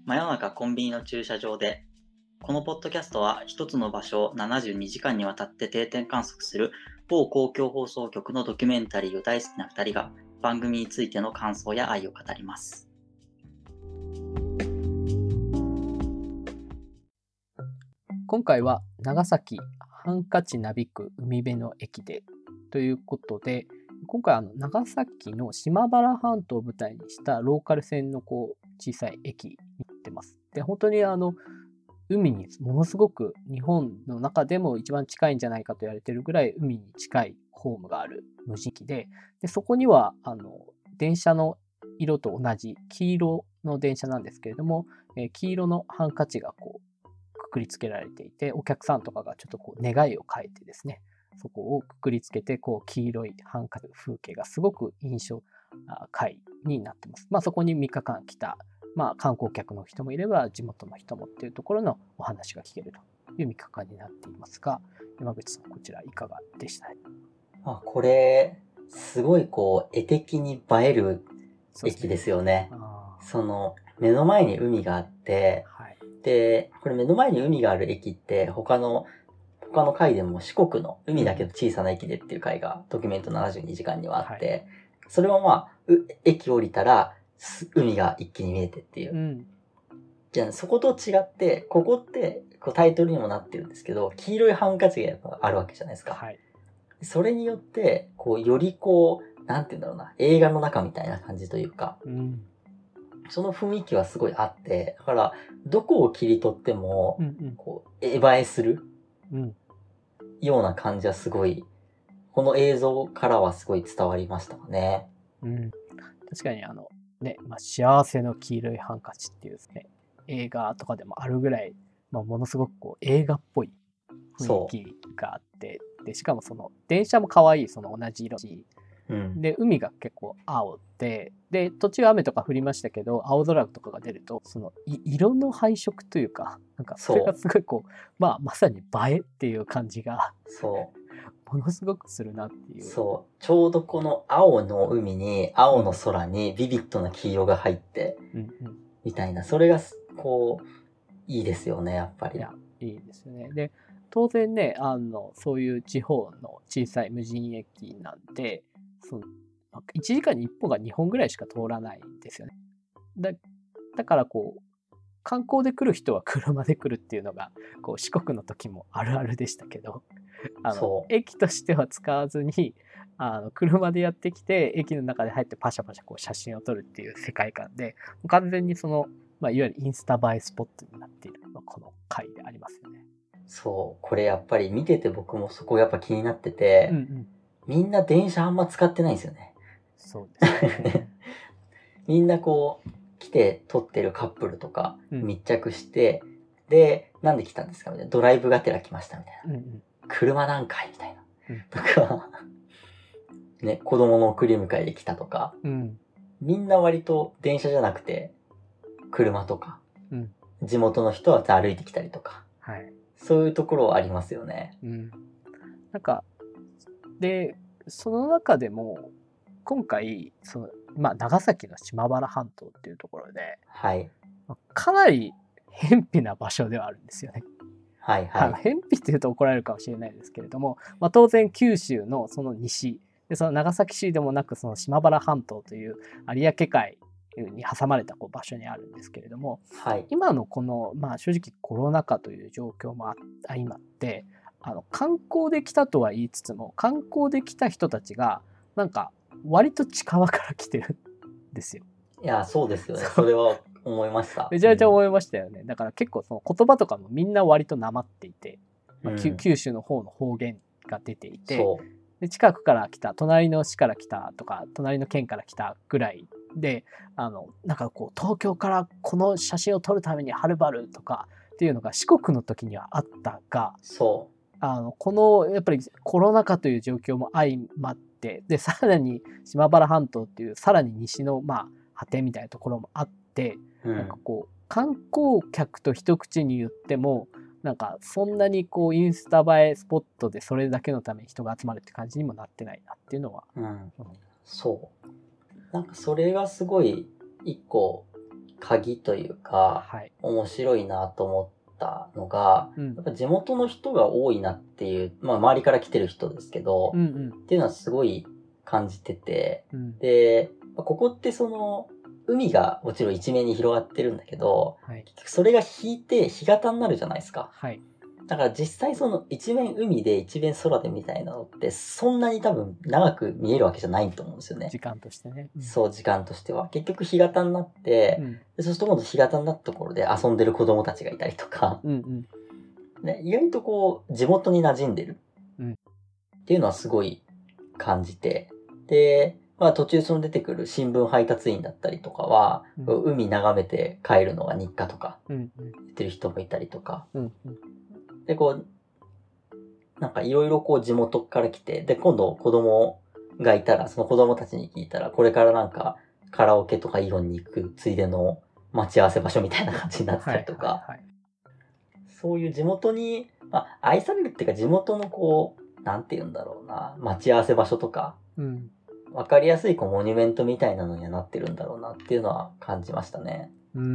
真夜中コンビニの駐車場で。このポッドキャストは一つの場所を72時間にわたって定点観測する某公共放送局のドキュメンタリーを大好きな2人が番組についての感想や愛を語ります。 今回は長崎ハンカチなびく海辺の駅でということで、今回長崎の島原半島を舞台にしたローカル線の小さい駅に行ってます。で、本当に海にものすごく日本の中でも一番近いんじゃないかと言われているぐらい海に近いホームがある無人駅で、そこには電車の色と同じ黄色の電車なんですけれども、黄色のハンカチがくくりつけられていて、お客さんとかがちょっと願いを書いてですね、そこをくくりつけて黄色いハンカチ風景がすごく印象深になってます。そこに3日間来た観光客の人もいれば地元の人もっていうところのお話が聞けるという3日間になっていますが、山口さんこちらいかがでしたね。 これすごい絵的に映える駅ですよね。その目の前に海があって、はい、でこれ目の前に海がある駅って他の回でも四国の海だけど小さな駅でっていう回がドキュメント72時間にはあって、はい、それは駅降りたら海が一気に見えてっていう。じゃあそこと違って、ここってタイトルにもなってるんですけど、黄色いハンカチがやっぱあるわけじゃないですか。はい、それによって、よりなんて言うんだろうな、映画の中みたいな感じというか、その雰囲気はすごいあって、だから、どこを切り取っても、映えするような感じはすごい、この映像からはすごい伝わりましたね。 確かに幸せの黄色いハンカチっていうですね、映画とかでもあるぐらい、ものすごく映画っぽい雰囲気があって、でしかもその電車も可愛い、その同じ色で海が結構青で、途中雨とか降りましたけど青空とかが出るとその色の配色というか、なんかそれがすごいまさに映えっていう感じがものすごくするなっていう。 そう。ちょうどこの青の海に、青の空にビビッドな黄色が入って、みたいな。それが、いいですよね、やっぱり。 いや、いいですよね。で、当然ね、そういう地方の小さい無人駅なんで、1時間に1本が2本ぐらいしか通らないんですよね。だから観光で来る人は車で来るっていうのが四国の時もあるあるでしたけど、駅としては使わずに車でやってきて駅の中で入ってパシャパシャ写真を撮るっていう世界観で、完全にいわゆるインスタ映えスポットになっているのがこの回でありますよね。 そう、これやっぱり見てて僕もそこやっぱ気になってて、みんな電車あんま使ってないんですよね。 そうですね。 みんな来て撮ってるカップルとか密着して、で、なんで来たんですかみたいな。ドライブがてら来ましたみたいな。車何回みたいな。とか、ね、子供の送り迎えで来たとか、みんな割と電車じゃなくて、車とか、地元の人は歩いてきたりとか、そういうところはありますよね。 なんか、で、その中でも、今回、長崎の島原半島っていうところで、かなり偏僻な場所ではあるんですよね。偏僻っていうと怒られるかもしれないですけれども、当然九州のその西で、その長崎市でもなくその島原半島という有明海に挟まれた場所にあるんですけれども、今のこの正直コロナ禍という状況も相まって、観光で来たとは言いつつも、観光で来た人たちがなんか割と近場から来てるんですよ。 いや、そうですよね。それは思いました。 めちゃめちゃ思いましたよね。だから結構その言葉とかもみんな割となまっていて、九州の方の方言が出ていて、で近くから来た、隣の市から来たとか、隣の県から来たぐらいで、なんか東京からこの写真を撮るためにはるばるとかっていうのが四国の時にはあったが、このやっぱりコロナ禍という状況も相まって、でさらに島原半島っていうさらに西の果てみたいなところもあって、なんか観光客と一口に言ってもなんかそんなにインスタ映えスポットでそれだけのために人が集まるって感じにもなってないなっていうのは、 そうなんかそれがすごい一個鍵というか、 はい。 面白いなと思ったのが、 うんやっぱ地元の人が多いなっていう、まあ周りから来てる人ですけど、 うんうんっていうのはすごい感じてて、 うん。 で、ここってその、海がもちろん一面に広がってるんだけど、 はい。 結局それが引いて干潟になるじゃないですか。 はい。 だから実際その一面海で一面空でみたいなのってそんなに多分長く見えるわけじゃないと思うんですよね。 時間としてね。 そう、時間としては。結局干潟になって、 うん。 でそうすると今度干潟になったところで遊んでる子供たちがいたりとか、 うんうん。 ね、意外とこう地元に馴染んでるうんっていうのはすごい感じて、で、まあ途中その出てくる新聞配達員だったりとかは、海眺めて帰るのが日課とかうん言ってる人もいたりとか、 うんうんで、こう、なんかいろいろこう地元から来て、で、今度子供がいたら、その子供たちに聞いたら、これからなんかカラオケとかイオンに行くついでの待ち合わせ場所みたいな感じになってたりとか、 はいはいはい。 そういう地元に、まあ、愛されるっていうか地元のこう、なんて言うんだろうな、待ち合わせ場所とか、 うん。 わかりやすいこうモニュメントみたいなのにはなってるんだろうなっていうのは感じましたね。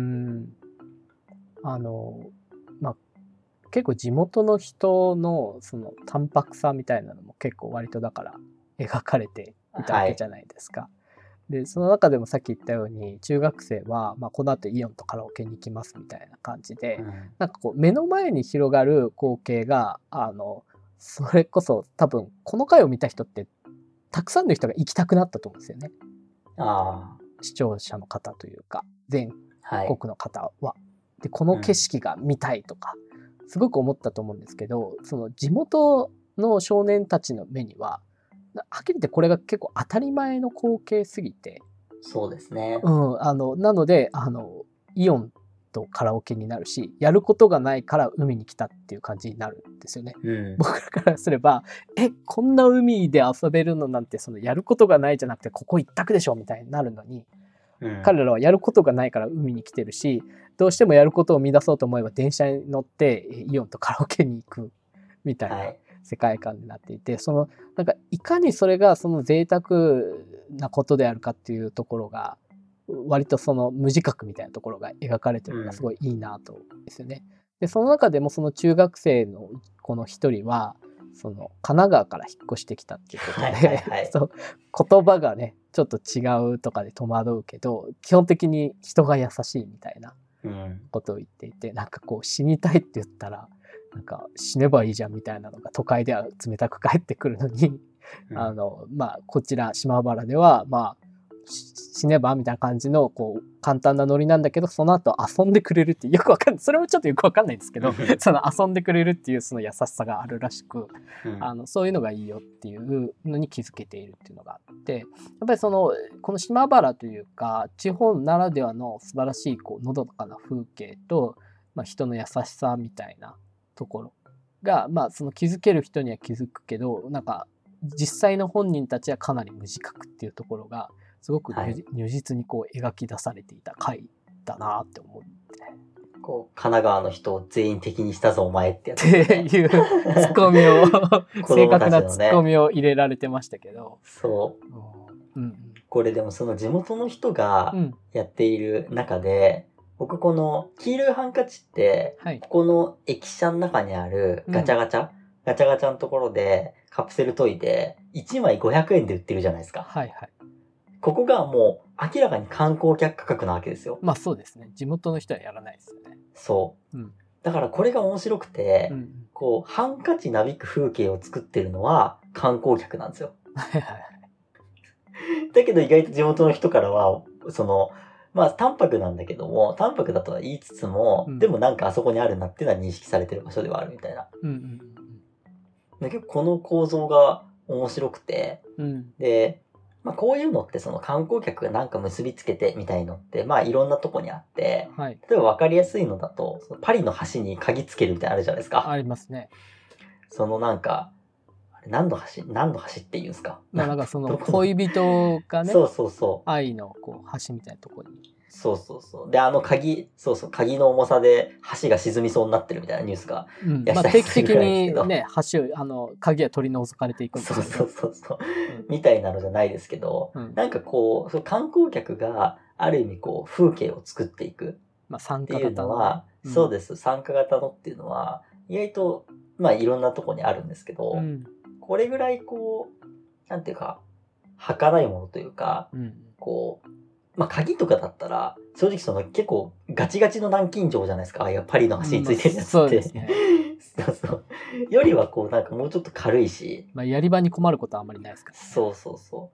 まあ、結構地元の人のその淡白さみたいなのも結構割とだから描かれていたわけじゃないですか。で、その中でもさっき言ったように中学生は、まあ、この後イオンとカラオケに行きますみたいな感じで、なんかこう目の前に広がる光景が、それこそ多分この回を見た人ってたくさんの人が行きたくなったと思うんですよね。視聴者の方というか、全国の方は。で、この景色が見たいとか、すごく思ったと思うんですけど、その地元の少年たちの目には、はっきり言ってこれが結構当たり前の光景すぎて。 そうですね。 なので、イオンとカラオケになるし、やることがないから海に来たっていう感じになるんですよね。僕らからすれば、こんな海で遊べるのなんて、そのやることがないじゃなくて、ここ一択でしょみたいになるのに、彼らはやることがないから海に来てるし、どうしてもやることを見出そうと思えば電車に乗ってイオンとカラオケに行くみたいな世界観になっていて、そのなんかいかにそれがその贅沢なことであるかっていうところが割とその無自覚みたいなところが描かれてるのがすごいいいなと思うんですよね。でその中でもその中学生のこの一人はその神奈川から引っ越してきたっていうことで、そう言葉がねちょっと違うとかで戸惑うけど基本的に人が優しいみたいなことを言っていて、なんかこう死にたいって言ったらなんか死ねばいいじゃんみたいなのが都会では冷たく返ってくるのに、まあこちら島原ではまあ死ねばみたいな感じのこう簡単なノリなんだけど、その後遊んでくれるってよくわかんない、それもちょっとよくわかんないんですけどその遊んでくれるっていうその優しさがあるらしく、そういうのがいいよっていうのに気づけているっていうのがあって、やっぱりこの島原というか地方ならではの素晴らしいこうのどかな風景と、まあ、人の優しさみたいなところが、まあその気づける人には気づくけど、なんか実際の本人たちはかなり無自覚っていうところがすごく如実にこう描き出されていた回だなって思って、 こう神奈川の人を全員敵にしたぞお前ってやつ、ね、 っていうツッコミを正確なツッコミを入れられてましたけど、 そう、これでもその地元の人がやっている中で、僕この黄色いハンカチって、ここの駅舎の中にあるガチャガチャのところでカプセルトイで1枚500円で売ってるじゃないですか。ここがもう明らかに観光客価格なわけですよ。 まあそうですね。地元の人はやらないですよね。 そう。だからこれが面白くて、こう、ハンカチなびく風景を作ってるのは観光客なんですよ。だけど意外と地元の人からは、まあ淡白なんだけども、淡白だとは言いつつも、でもなんかあそこにあるなっていうのは認識されてる場所ではあるみたいな。だけどこの構造が面白くて、で、まあこういうのってその観光客がなんか結びつけてみたいのって、まあいろんなとこにあって、例えばわかりやすいのだと、パリの橋に鍵つけるみたいなのあるじゃないですか。 ありますね。 なんか、何の橋って言うんですか？ なんかその恋人がね、愛のこう橋みたいなところに。 で、鍵の重さで橋が沈みそうになってるみたいなニュースがまあ定期的にね、鍵は取り除かれていくんですけど。 みたいなのじゃないですけど、なんかこう、観光客がある意味こう風景を作っていくっていうのは、そうです。参加型のっていうのは、意外と、いろんなとこにあるんですけど、これぐらいこう、なんていうか、儚いものというか、こう、鍵とかだったら、正直その結構ガチガチの南京錠じゃないですか。ああいうパリの橋についてるやつって。そうですね。そうそう。よりはこうなんかもうちょっと軽いし。 やり場に困ることはあんまりないですからね。 そうそうそう。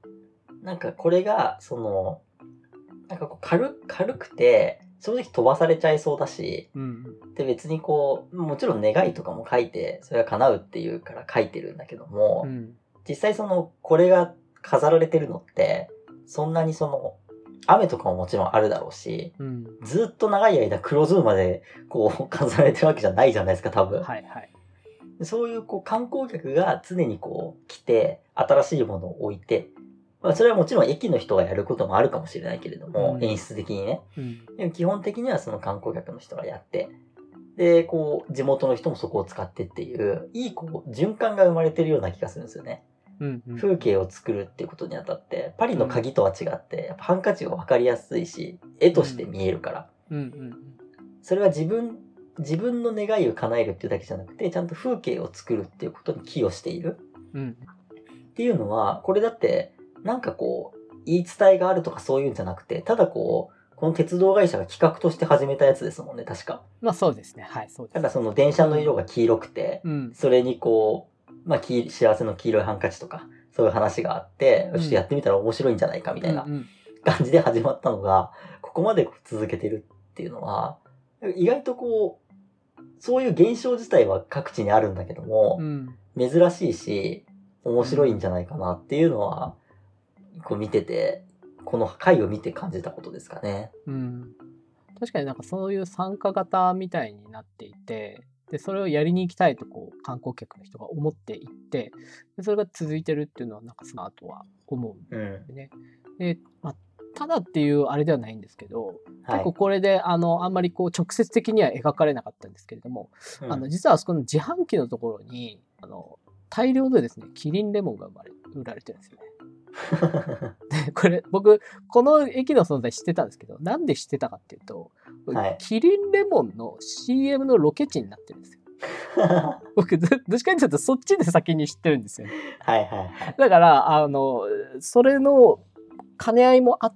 なんかこれが、その、なんかこう軽くて、正直飛ばされちゃいそうだし、で別にこう、もちろん願いとかも書いて、それが叶うっていうから書いてるんだけども、実際その、これが飾られてるのって、そんなにその、雨とかももちろんあるだろうし、ずっと長い間黒ズームまでこう飾られてるわけじゃないじゃないですか、多分。 はいはい。 そういうこう観光客が常にこう来て、新しいものを置いて、それはもちろん駅の人がやることもあるかもしれないけれども、演出的にね。でも基本的にはその観光客の人がやって、で、こう、地元の人もそこを使ってっていう、いいこう、循環が生まれてるような気がするんですよね。風景を作るっていうことにあたって、パリの鍵とは違って、やっぱハンカチは分かりやすいし、絵として見えるから。それは自分の願いを叶えるっていうだけじゃなくて、ちゃんと風景を作るっていうことに寄与している。っていうのは、これだって、なんかこう、言い伝えがあるとかそういうんじゃなくて、ただこう、この鉄道会社が企画として始めたやつですもんね、確か。 そうですね。はい、そうです。 ただその電車の色が黄色くて、それにこう、幸せの黄色いハンカチとか、そういう話があって、ちょっとやってみたら面白いんじゃないかみたいな感じで始まったのが、ここまで続けてるっていうのは、意外とこう、そういう現象自体は各地にあるんだけども、珍しいし、面白いんじゃないかなっていうのは、こう見てて、この回を見て感じたことですかね。 確かになんかそういう参加型みたいになっていて、でそれをやりに行きたいとこう観光客の人が思っていって、でそれが続いてるっていうのはなんかその後は思うんですね。で、ただっていうあれではないんですけど、結構これであんまりこう直接的には描かれなかったんですけれども、実はあそこの自販機のところに大量でですね、キリンレモンが売られてるんですよね。でこれ僕この駅の存在知ってたんですけど、なんで知ってたかっていうと、キリンレモンの CM のロケ地になってるんですよ。僕どっちかというとそっちで先に知ってるんですよね。だからそれの兼ね合いもあって、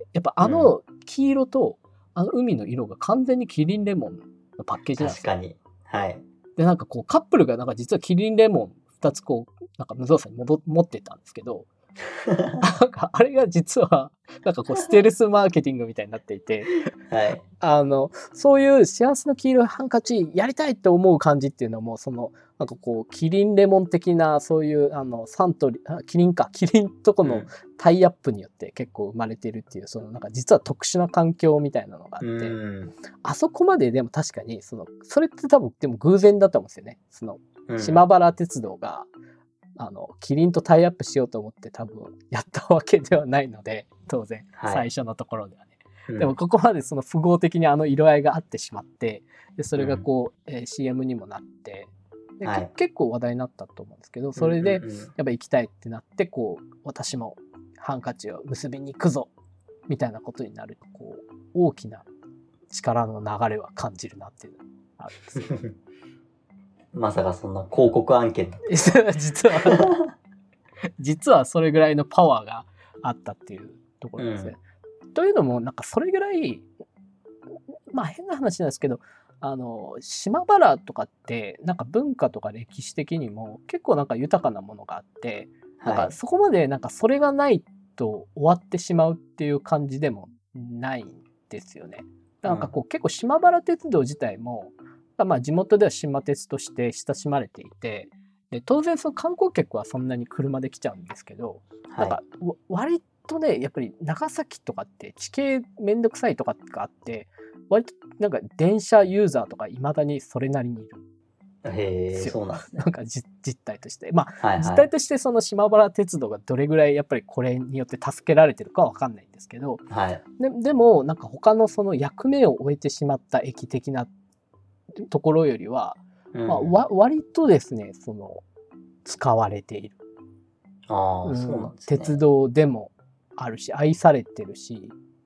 やっぱ黄色と海の色が完全にキリンレモンのパッケージなんですよ。 確かに。はい。 でなんかこうカップルがなんか実はキリンレモン2つこうなんか無造作に持ってたんですけど。なんかあれが実はなんかこうステルスマーケティングみたいになっていて、そういう幸せの黄色いハンカチやりたいって思う感じっていうのも、そのなんかこうキリンレモン的なそういうサントリーキリンとこのタイアップによって結構生まれてるっていう、そのなんか実は特殊な環境みたいなのがあって、あそこまででも確かにそれって多分でも偶然だと思うんですよね。その島原鉄道がキリンとタイアップしようと思って多分やったわけではないので、当然、最初のところではね。でもここまでその符号的に色合いがあってしまって、でそれがこう、CM にもなって、で結構話題になったと思うんですけど、それでやっぱ行きたいってなって、こう、私もハンカチを結びに行くぞみたいなことになる、こう、大きな力の流れは感じるなっていうのがあるんですよ。 まさかそんな広告案件だった実はそれぐらいのパワーがあったっていうところですね。というのもなんかそれぐらい変な話なんですけど、島原とかってなんか文化とか歴史的にも結構なんか豊かなものがあって、なんかそこまでなんかそれがないと終わってしまうっていう感じでもないんですよね。なんかこう結構島原鉄道自体も地元では島鉄として親しまれていて、で当然その観光客はそんなに車で来ちゃうんですけど、なんか割とねやっぱり長崎とかって地形めんどくさいとかがあって、割となんか電車ユーザーとかいまだにそれなりにいるんですよ。 そうなんですね。 なんか実態として実態としてその島原鉄道がどれぐらいやっぱりこれによって助けられてるかは分かんないんですけど、でもなんか他のその役目を終えてしまった駅的なところよりは、割とですね使われている。 そうなんですね。 鉄道でもあるし愛されてるし、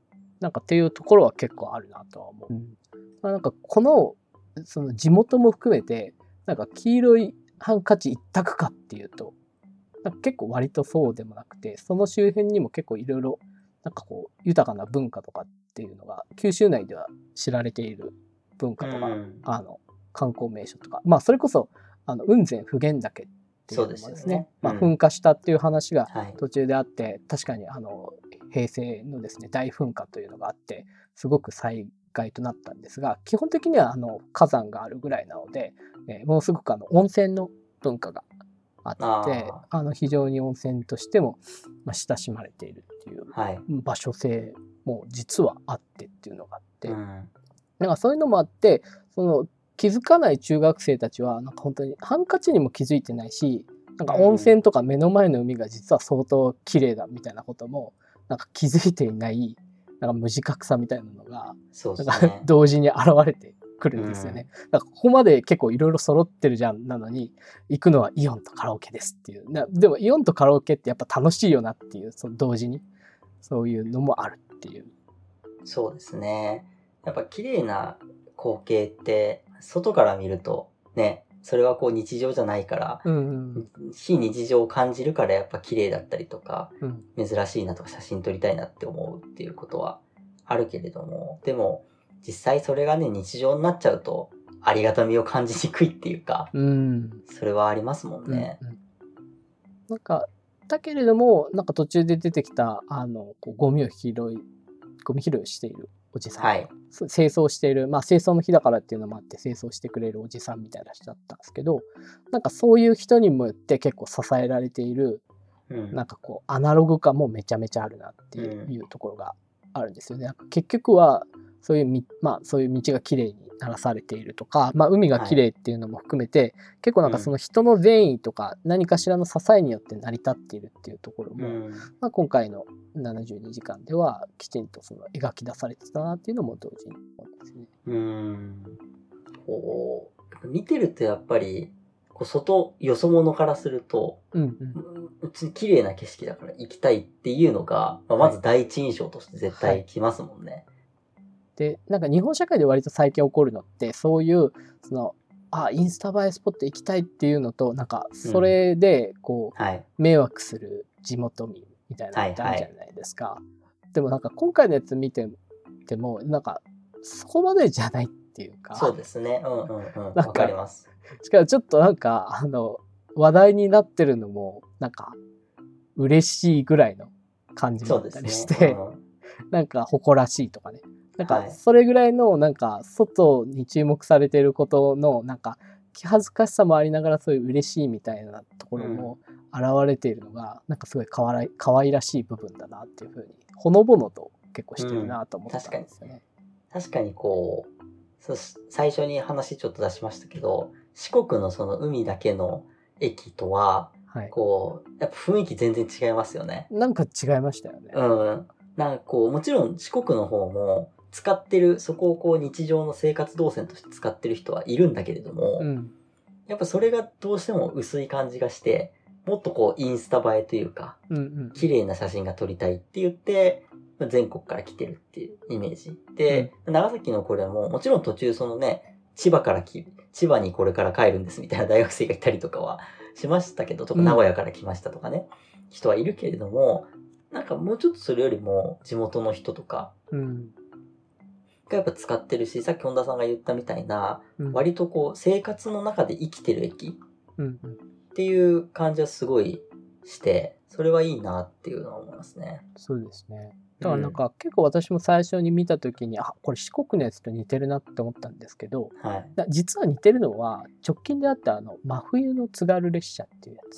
なんかっていうところは結構あるなとは思う。なんかこのその地元も含めてなんか黄色いハンカチ一択かっていうとなんか結構割とそうでもなくて、その周辺にも結構いろいろなんかこう豊かな文化とかっていうのが九州内では知られている文化とか、観光名所とか、まあそれこそ雲仙普賢岳っていうのもですね、まあ噴火したっていう話が途中であって、確かに平成のですね大噴火というのがあってすごく災害となったんですが、基本的には火山があるぐらいなので、ものすごく温泉の文化があって非常に温泉としても親しまれているっていう場所性も実はあってっていうのがあって、なんかそういうのもあってその気づかない中学生たちはなんか本当にハンカチにも気づいてないし、なんか温泉とか目の前の海が実は相当綺麗だみたいなこともなんか気づいていないなんか無自覚さみたいなのがなんか同時に現れてくるんですよね。だからここまで結構いろいろ揃ってるじゃんなのに行くのはイオンとカラオケですっていう。でもイオンとカラオケってやっぱ楽しいよなっていう、その同時にそういうのもあるっていう。 そうですね。やっぱ綺麗な光景って外から見るとね、それはこう日常じゃないから、非日常を感じるからやっぱ綺麗だったりとか、珍しいなとか写真撮りたいなって思うっていうことはあるけれども、でも実際それがね日常になっちゃうとありがたみを感じにくいっていうか、それはありますもんね。 なんかだけれどもなんか途中で出てきたこうゴミ拾いをしているおじさん、清掃している、まあ清掃の日だからっていうのもあって清掃してくれるおじさんみたいな人だったんですけど、なんかそういう人にもよって結構支えられている、なんかこうアナログ感もめちゃめちゃあるなっていうところがあるんですよね。結局はそういうそういう道がきれいにならされているとか、まあ、海がきれいっていうのも含めて、結構なんかその人の善意とか何かしらの支えによって成り立っているっていうところも、まあ、今回の72時間ではきちんとその描き出されてたなっていうのも同時に思うんですね。 こう見てるとやっぱりこうよそ者からすると、うち綺麗な景色だから行きたいっていうのが、まず第一印象として絶対来ますもんね。 でなんか日本社会で割と最近起こるのってそういうそのインスタ映えスポット行きたいっていうのとなんかそれでこう、迷惑する地元民みたいなのってあるじゃないですか。でもなんか今回のやつ見てもなんかそこまでじゃないっていうか。 そうですね。わかります。 しかもちょっとなんか話題になってるのもなんか嬉しいぐらいの感じもあったりして、なんか誇らしいとかね。なんかそれぐらいのなんか外に注目されていることのなんか気恥ずかしさもありながらそういう嬉しいみたいなところも現れているのがなんかすごい可愛らしい部分だなっていうふうにほのぼのと結構してるなと思ったんですよね。 確かにこう最初に話ちょっと出しましたけど、四国のその海だけの駅とはこうやっぱ雰囲気全然違いますよね。 なんか違いましたよね。 なんかこうもちろん四国の方も使ってる、そこをこう日常の生活動線として使ってる人はいるんだけれども、やっぱそれがどうしても薄い感じがして、もっとこうインスタ映えというか、綺麗な写真が撮りたいって言って、全国から来てるっていうイメージ。で、長崎のこれももちろん途中そのね、千葉にこれから帰るんですみたいな大学生がいたりとかはしましたけど、とか名古屋から来ましたとかね、人はいるけれども、なんかもうちょっとそれよりも地元の人とか、がやっぱ使ってるし、さっき本田さんが言ったみたいな、割とこう生活の中で生きてる駅っていう感じはすごいして、それはいいなっていうのは思いますね。 そうですね。だからなんか結構私も最初に見た時に、これ四国のやつと似てるなって思ったんですけど、実は似てるのは直近であった真冬の津軽列車っていうやつ。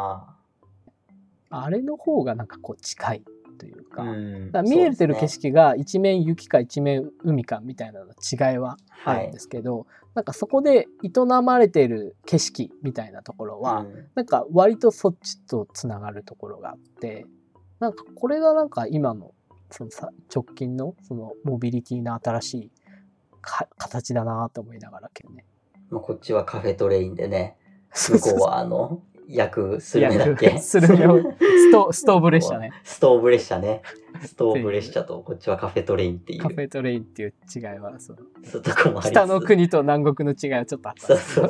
あれの方がなんかこう近いというか、見えてる景色が一面雪か一面海かみたいなの違いはあるんですけど、なんかそこで営まれている景色みたいなところは、なんか割とそっちとつながるところがあって、なんかこれがなんか今のその直近のそのモビリティの新しい形だなと思いながらけどね。 こっちはカフェトレインでね、向こうは焼くスルメだっけ？ スルメをストーブ列車ね。 ストーブ列車ね。ストーブ列車と、こっちはカフェトレインっていう。 カフェトレインっていう違いは、 そういうとこもあります。 北の国と南国の違いはちょっとあったんですけど。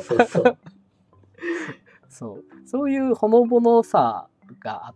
そういうほのぼのさがあって、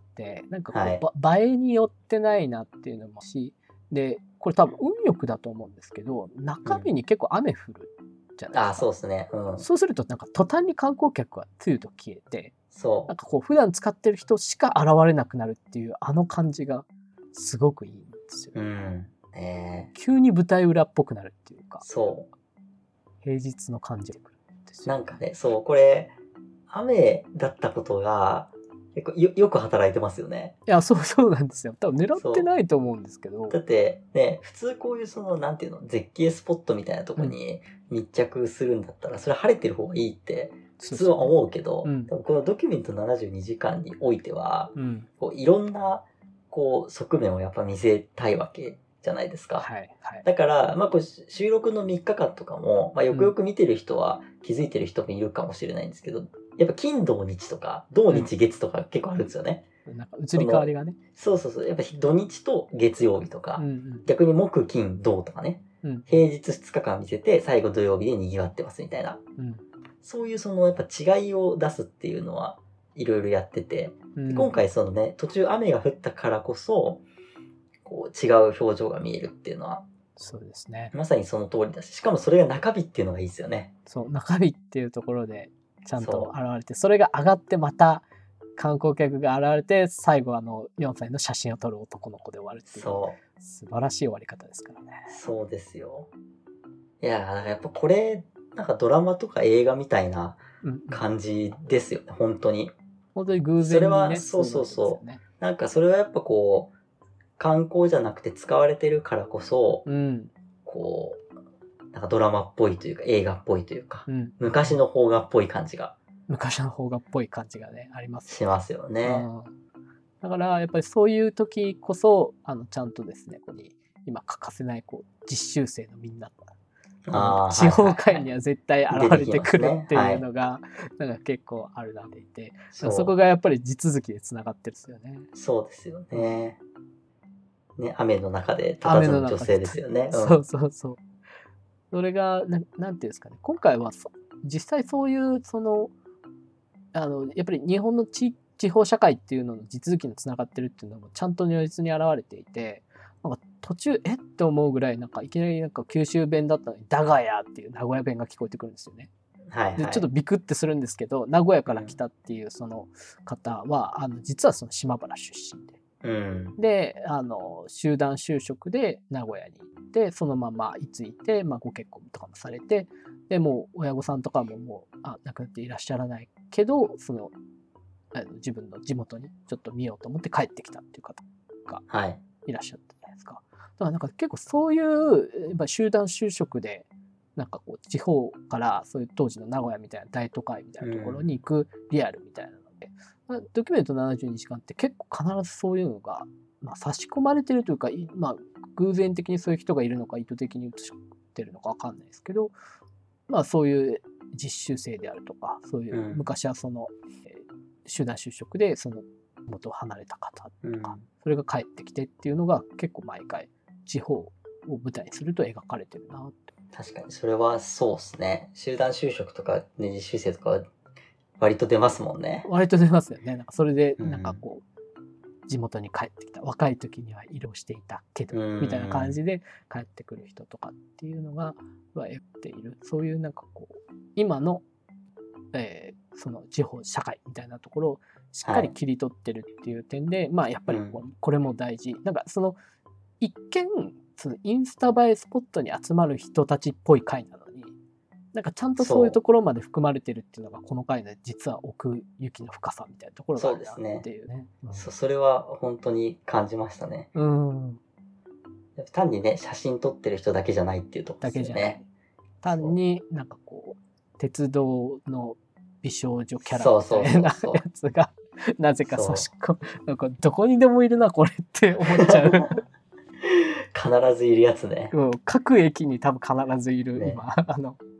なんかこう、はい、映えによってないなっていうのもし、で、これ多分運よくだと思うんですけど、中日に結構雨降るじゃないですか。 あ、そうですね。 そうするとなんか途端に観光客はつゆと消えて、 なんかこう普段使ってる人しか現れなくなるっていうあの感じがすごくいいんですよ。急に舞台裏っぽくなるっていうか、平日の感じでくるんですよ。 なんかね、これ雨だったことが結構よく働いてますよね。 いや、そうなんですよ。多分狙ってないと思うんですけど。 だってね、普通こういうなんていうの、絶景スポットみたいなとこに密着するんだったら、それ晴れてる方がいいって普通は思うけど、このドキュメント72時間においては、こういろんなこう側面をやっぱ見せたいわけじゃないですか。だから、こう収録の3日間とかも、よくよく見てる人は気づいてる人もいるかもしれないんですけど、やっぱ金土日とか、土日月とか結構あるんですよね。 なんか移り変わりがね。 そう。やっぱ土日と月曜日とか、逆に木金土とかね、平日2日間見せて最後土曜日で賑わってますみたいな。そういうやっぱ違いを出すっていうのはいろいろやってて、今回途中雨が降ったからこそ、こう違う表情が見えるっていうのは、 そうですね。 まさにその通りだし、しかもそれが中日っていうのがいいですよね。 中日っていうところでちゃんと現れて、それが上がってまた観光客が現れて、最後4歳の写真を撮る男の子で終わるっていう、素晴らしい終わり方ですからね。 そうですよ。いや、やっぱこれ、なんかドラマとか映画みたいな感じですよね、本当に。 本当に偶然にね。 そう。なんかそれはやっぱこう、観光じゃなくて使われてるからこそ、こう、なんかドラマっぽいというか映画っぽいというか、昔の邦画っぽい感じが。 昔の邦画っぽい感じがね、ありますね。しますよね。 だからやっぱりそういう時こそ、ちゃんとですね、ここに今欠かせない実習生のみんな地方会には絶対現れてくるっていうのが、なんか結構あるなっていて、そこがやっぱり地続きでつながってるんですよね。 そうですよね。雨の中で佇む女性ですよね。 そう。それがなんていうんですかね。今回は実際そういうやっぱり日本の地方社会っていうのの地続きにつながってるっていうのもちゃんと如実に現れていて、なんか途中って思うぐらい、なんかいきなりなんか九州弁だったのにだがやっていう名古屋弁が聞こえてくるんですよね。でちょっとビクってするんですけど、名古屋から来たっていうその方は実はその島原出身で。で集団就職で名古屋に行って、そのまま居ついて、ご結婚とかもされて、でもう親御さんとかももう亡くなっていらっしゃらないけど、自分の地元にちょっと見ようと思って帰ってきたっていう方がいらっしゃったじゃないですか。だからなんか結構そういうやっぱ集団就職でなんかこう地方からそういう当時の名古屋みたいな大都会みたいなところに行くリアルみたいなので、ドキュメント72時間って結構必ずそういうのが、差し込まれてるというか、偶然的にそういう人がいるのか意図的に映してるのか分かんないですけど、そういう実習生であるとか、そういう昔は集団就職でその元を離れた方とか、それが帰ってきてっていうのが結構毎回地方を舞台にすると描かれてるなって。 確かにそれはそうですね。集団就職とか、実習生とかは割と出ますもんね。 割と出ますよね。なんかそれでなんかこう、地元に帰ってきた、若い時には移動していたけどみたいな感じで帰ってくる人とかっていうのがやっている、そういうなんかこう今の、その地方社会みたいなところをしっかり切り取ってるっていう点で、やっぱりこれも大事。なんか一見インスタ映えスポットに集まる人たちっぽい回なのに、なんかちゃんとそういうところまで含まれてるっていうのがこの回で実は奥行きの深さみたいなところがあるなっていうね。 それは本当に感じましたね。単にね、写真撮ってる人だけじゃないっていうところですよね。 単になんかこう鉄道の美少女キャラみたいなやつがなぜかなんかどこにでもいるなこれって思っちゃう。 必ずいるやつね。 各駅に多分必ずいる、ね、今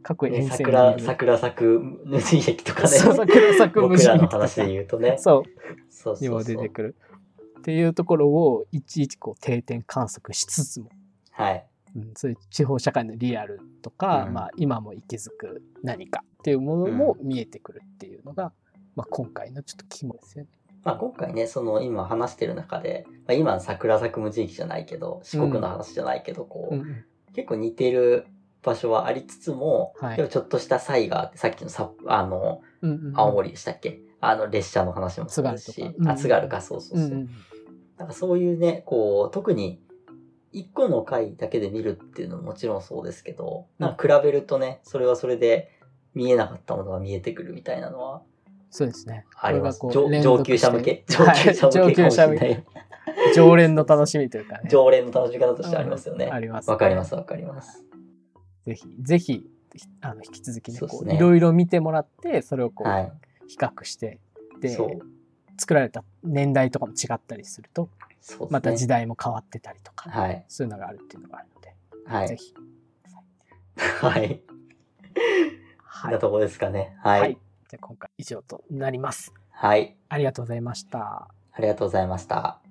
各沿線桜咲く無人駅とかね。 そう、桜咲く無人駅とか。 僕らの話で言うとね。 そう。 そうにも出てくる。っていうところをいちいちこう定点観測しつつも、 はい。 そういう地方社会のリアルとか、まあ今も息づく何かっていうものも見えてくるっていうのが、まあ今回のちょっと肝ですよね。 まあ今回ね、その今話してる中で、まあ、今の桜咲く無人駅じゃないけど、四国の話じゃないけど、こう、結構似てる場所はありつつも、でもちょっとした差異があって、さっきの青森でしたっけ？列車の話もそうですし、津軽か、そうそうそう。なんかそういうね、こう、特に一個の回だけで見るっていうのももちろんそうですけど、なんか比べるとね、それはそれで見えなかったものが見えてくるみたいなのは、 そうですね。 あります。上級者向け上級者向け。 常連の楽しみというかね。 常連の楽しみ方としてありますよね。 あります。 わかります、わかります。 ぜひ、引き続きね、こういろいろ見てもらって、それをこう、比較して、で、作られた年代とかも違ったりすると、また時代も変わってたりとか、そういうのがあるっていうのがあるので、ぜひ。 はい。こんなとこですかね。はい。 じゃあ今回以上となります。 はい。 ありがとうございました。 ありがとうございました。